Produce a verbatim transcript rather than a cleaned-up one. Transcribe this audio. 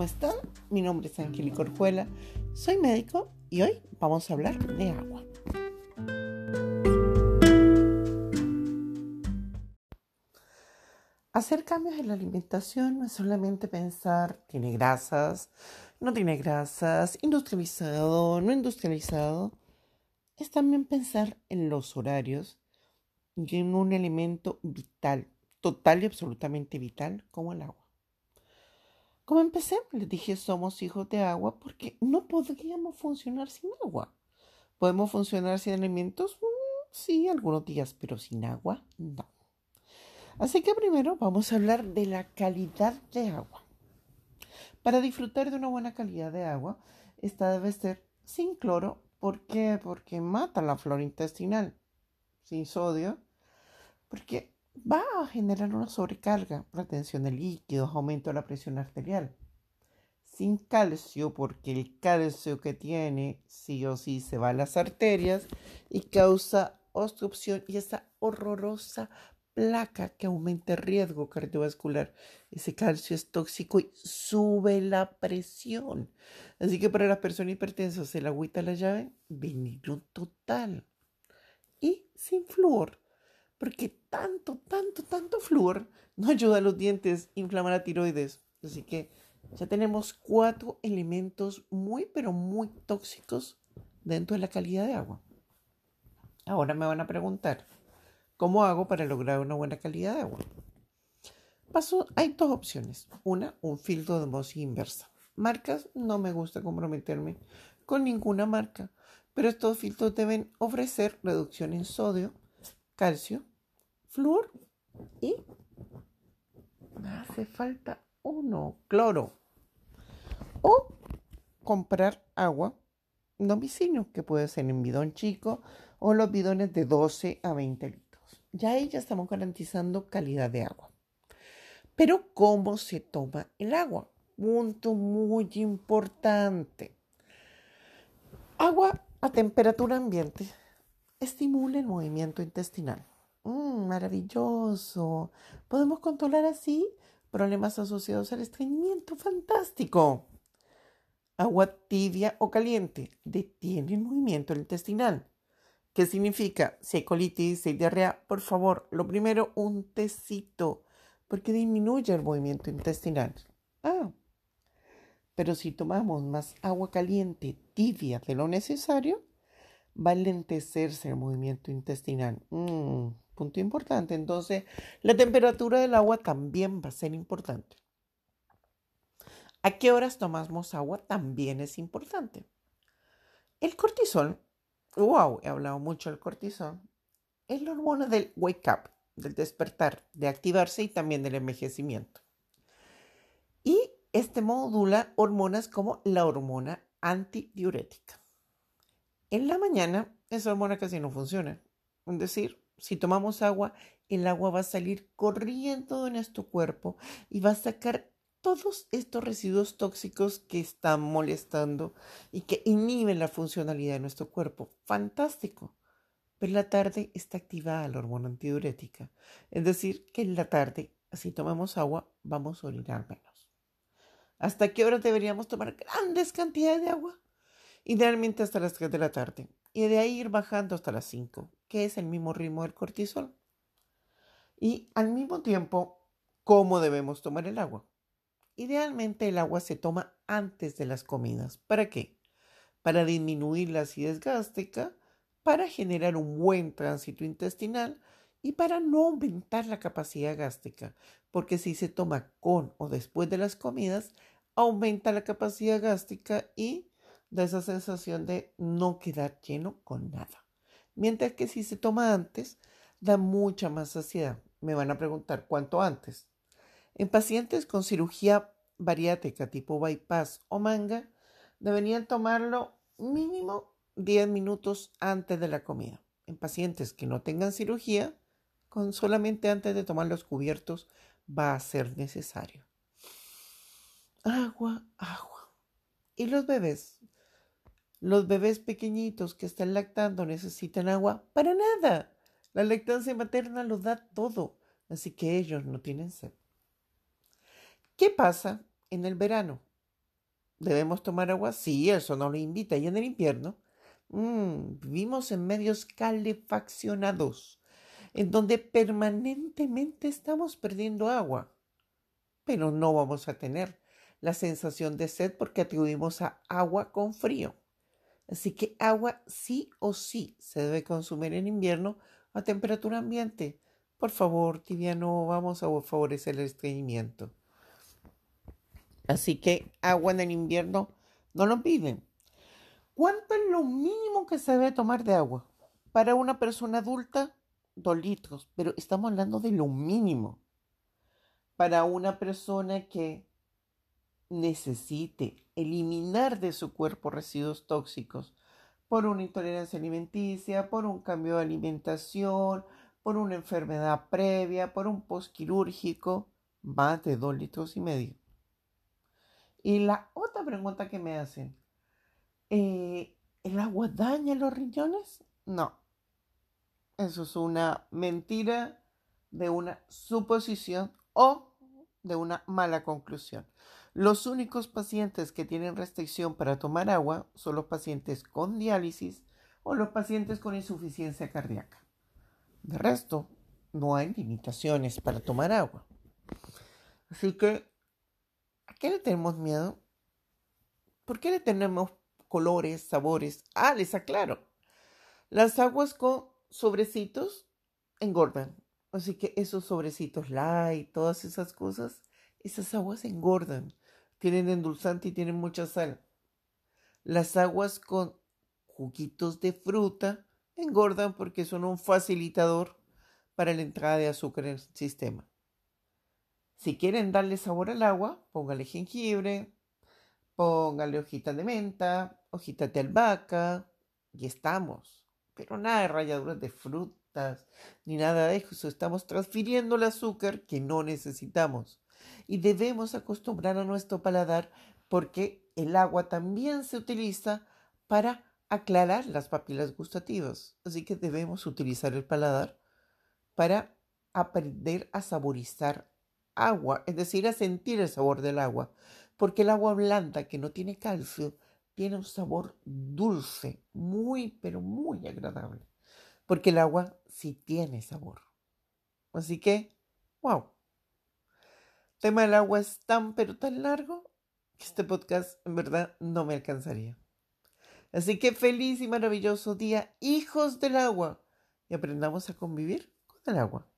¿cómo están? Mi nombre es Angélica Orjuela, soy médico y hoy vamos a hablar de agua. Hacer cambios en la alimentación no es solamente pensar, tiene grasas, no tiene grasas, industrializado, no industrializado. Es también pensar en los horarios y en un elemento vital, total y absolutamente vital como el agua. Como empecé, les dije somos hijos de agua porque no podríamos funcionar sin agua. ¿Podemos funcionar sin alimentos? Mm, sí, algunos días, pero sin agua, no. Así que primero vamos a hablar de la calidad de agua. Para disfrutar de una buena calidad de agua, esta debe ser sin cloro. ¿Por qué? Porque mata la flora intestinal. Sin sodio, porque va a generar una sobrecarga, retención de líquidos, aumento de la presión arterial. Sin calcio, porque el calcio que tiene sí o sí se va a las arterias y causa obstrucción y esa horrorosa placa que aumenta el riesgo cardiovascular. Ese calcio es tóxico y sube la presión. Así que para las personas hipertensas, el agüita la llave, veneno total. Y sin flúor, porque tanto, tanto, tanto flúor no ayuda a los dientes, inflama la tiroides. Así que ya tenemos cuatro elementos muy, pero muy tóxicos dentro de la calidad de agua. Ahora me van a preguntar, ¿cómo hago para lograr una buena calidad de agua? Paso, hay dos opciones. Una, un filtro de osmosis inversa. Marcas, no me gusta comprometerme con ninguna marca, pero estos filtros deben ofrecer reducción en sodio, calcio, flúor y me hace falta uno, cloro. O comprar agua domicilio, que puede ser en bidón chico o los bidones de doce a veinte litros. Ya ahí ya estamos garantizando calidad de agua. Pero ¿cómo se toma el agua? Punto muy importante. Agua a temperatura ambiente estimula el movimiento intestinal. Mm, maravilloso. ¿Podemos controlar así problemas asociados al estreñimiento? Fantástico. Agua tibia o caliente detiene el movimiento intestinal. ¿Qué significa? Si hay colitis, si hay diarrea, por favor, lo primero, un tecito, porque disminuye el movimiento intestinal. Ah, pero si tomamos más agua caliente, tibia de lo necesario, va a lentecerse el movimiento intestinal. Mm, punto importante. Entonces, la temperatura del agua también va a ser importante. ¿A qué horas tomamos agua? También es importante. El cortisol, wow, he hablado mucho del cortisol, es la hormona del wake up, del despertar, de activarse y también del envejecimiento. Y este modula hormonas como la hormona antidiurética. En la mañana, esa hormona casi no funciona. Es decir, si tomamos agua, el agua va a salir corriendo de nuestro cuerpo y va a sacar todos estos residuos tóxicos que están molestando y que inhiben la funcionalidad de nuestro cuerpo. Fantástico. Pero en la tarde está activada la hormona antidiurética. Es decir, que en la tarde, si tomamos agua, vamos a orinar menos. ¿Hasta qué hora deberíamos tomar grandes cantidades de agua? Idealmente hasta las tres de la tarde. Y de ahí ir bajando hasta las cinco, que es el mismo ritmo del cortisol. Y al mismo tiempo, ¿cómo debemos tomar el agua? Idealmente el agua se toma antes de las comidas. ¿Para qué? Para disminuir la acidez gástrica, para generar un buen tránsito intestinal y para no aumentar la capacidad gástrica. Porque si se toma con o después de las comidas, aumenta la capacidad gástrica y da esa sensación de no quedar lleno con nada. Mientras que si se toma antes, da mucha más saciedad. Me van a preguntar, ¿cuánto antes? En pacientes con cirugía bariátrica tipo bypass o manga, deberían tomarlo mínimo diez minutos antes de la comida. En pacientes que no tengan cirugía, con solamente antes de tomar los cubiertos va a ser necesario. Agua, agua. ¿Y los bebés? Los bebés pequeñitos que están lactando necesitan agua para nada. La lactancia materna los da todo, así que ellos no tienen sed. ¿Qué pasa en el verano? ¿Debemos tomar agua? Sí, eso nos lo invita. Y en el invierno, mmm, vivimos en medios calefaccionados, en donde permanentemente estamos perdiendo agua, pero no vamos a tener la sensación de sed porque atribuimos a agua con frío. Así que agua sí o sí se debe consumir en invierno a temperatura ambiente. Por favor, tibia, no vamos a favorecer el estreñimiento. Así que agua en el invierno no lo piden. ¿Cuánto es lo mínimo que se debe tomar de agua? Para una persona adulta, dos litros, pero estamos hablando de lo mínimo. Para una persona que necesite eliminar de su cuerpo residuos tóxicos por una intolerancia alimenticia, por un cambio de alimentación, por una enfermedad previa, por un postquirúrgico, más de dos litros y medio. Y la otra pregunta que me hacen, eh, ¿el agua daña los riñones? No, eso es una mentira de una suposición o de una mala conclusión. Los únicos pacientes que tienen restricción para tomar agua son los pacientes con diálisis o los pacientes con insuficiencia cardíaca. De resto, no hay limitaciones para tomar agua. Así que, ¿a qué le tenemos miedo? ¿Por qué le tenemos colores, sabores? Ah, les aclaro. Las aguas con sobrecitos engordan. Así que esos sobrecitos light, todas esas cosas, esas aguas engordan. Tienen endulzante y tienen mucha sal. Las aguas con juguitos de fruta engordan porque son un facilitador para la entrada de azúcar en el sistema. Si quieren darle sabor al agua, póngale jengibre, póngale hojitas de menta, hojitas de albahaca y estamos. Pero nada de ralladuras de frutas ni nada de eso. Estamos transfiriendo el azúcar que no necesitamos. Y debemos acostumbrar a nuestro paladar porque el agua también se utiliza para aclarar las papilas gustativas. Así que debemos utilizar el paladar para aprender a saborizar agua, es decir, a sentir el sabor del agua. Porque el agua blanda que no tiene calcio tiene un sabor dulce, muy, pero muy agradable. Porque el agua sí tiene sabor. Así que, wow. El tema del agua es tan, pero tan largo que este podcast en verdad no me alcanzaría. Así que feliz y maravilloso día, hijos del agua. Y aprendamos a convivir con el agua.